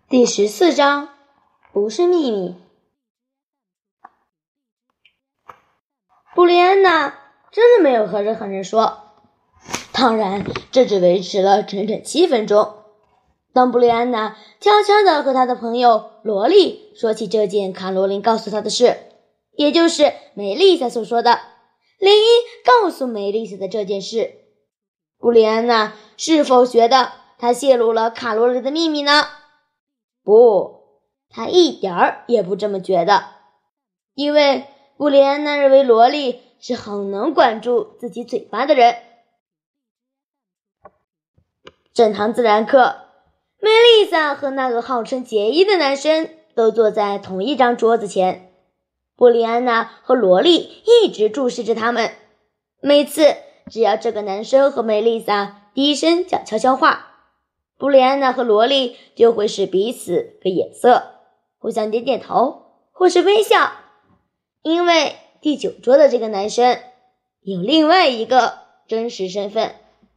第14章，不是秘密。布丽安娜真的没有和任何人说，当然，这只维持了整整7分钟。当布丽安娜悄悄地和她的朋友罗莉说起这件卡罗琳告诉她的事，也就是梅丽莎所说的林一告诉梅丽莎的这件事，布丽安娜是否觉得她泄露了卡罗琳的秘密呢？不，她一点儿也不这么觉得，因为布丽安娜认为罗莉是很能管住自己嘴巴的人。整堂自然课，梅丽莎和那个号称杰伊的男生都坐在同一张桌子前，布丽安娜和罗莉一直注视着他们。每次只要这个男生和梅丽莎低声讲悄悄话，布丽安娜和罗莉就会使彼此个眼色，互相点点头或是微笑，因为第9桌的这个男生有另外一个真实身份。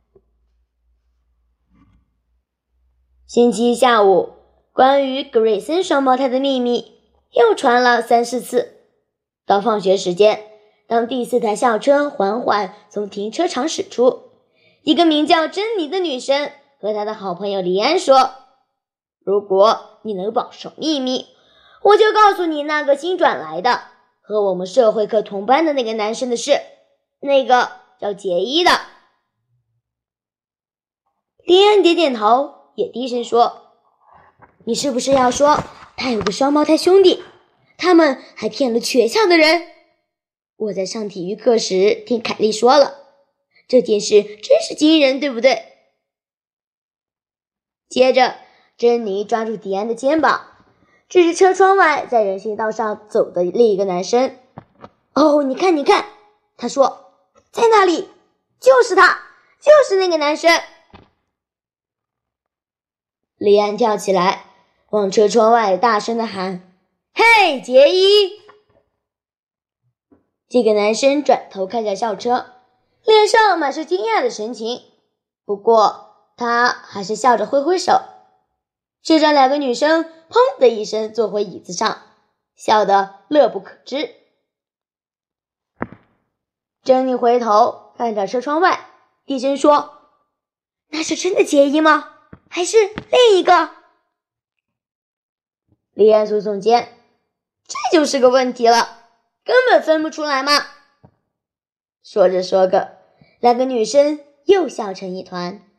星期一下午，关于格瑞森双胞胎的秘密又传了3、4次。到放学时间，当第4台校车缓缓从停车场驶出，一个名叫珍妮的女生和她的好朋友黎安说，如果你能保守秘密，我就告诉你那个新转来的和我们社会课同班的那个男生的事，那个叫杰伊的。黎安点点头，也低声说，你是不是要说他有个双胞胎兄弟，他们还骗了全校的人？我在上体育课时听凯莉说了，这件事真是惊人，对不对？接着，珍妮抓住迪安的肩膀，指着车窗外在人行道上走的另一个男生。哦，你看，他说，在那里，就是他，就是那个男生。李安跳起来，往车窗外大声地喊，嘿，杰伊！这个男生转头看向校车，脸上满是惊讶的神情，不过他还是笑着挥挥手，这让2个女生砰的一声坐回椅子上，笑得乐不可支。珍妮回头看着车窗外，低声说，那是真的杰伊吗？还是另一个？李安耸耸肩，这就是个问题了，根本分不出来嘛。说着说着，2个女生又笑成一团。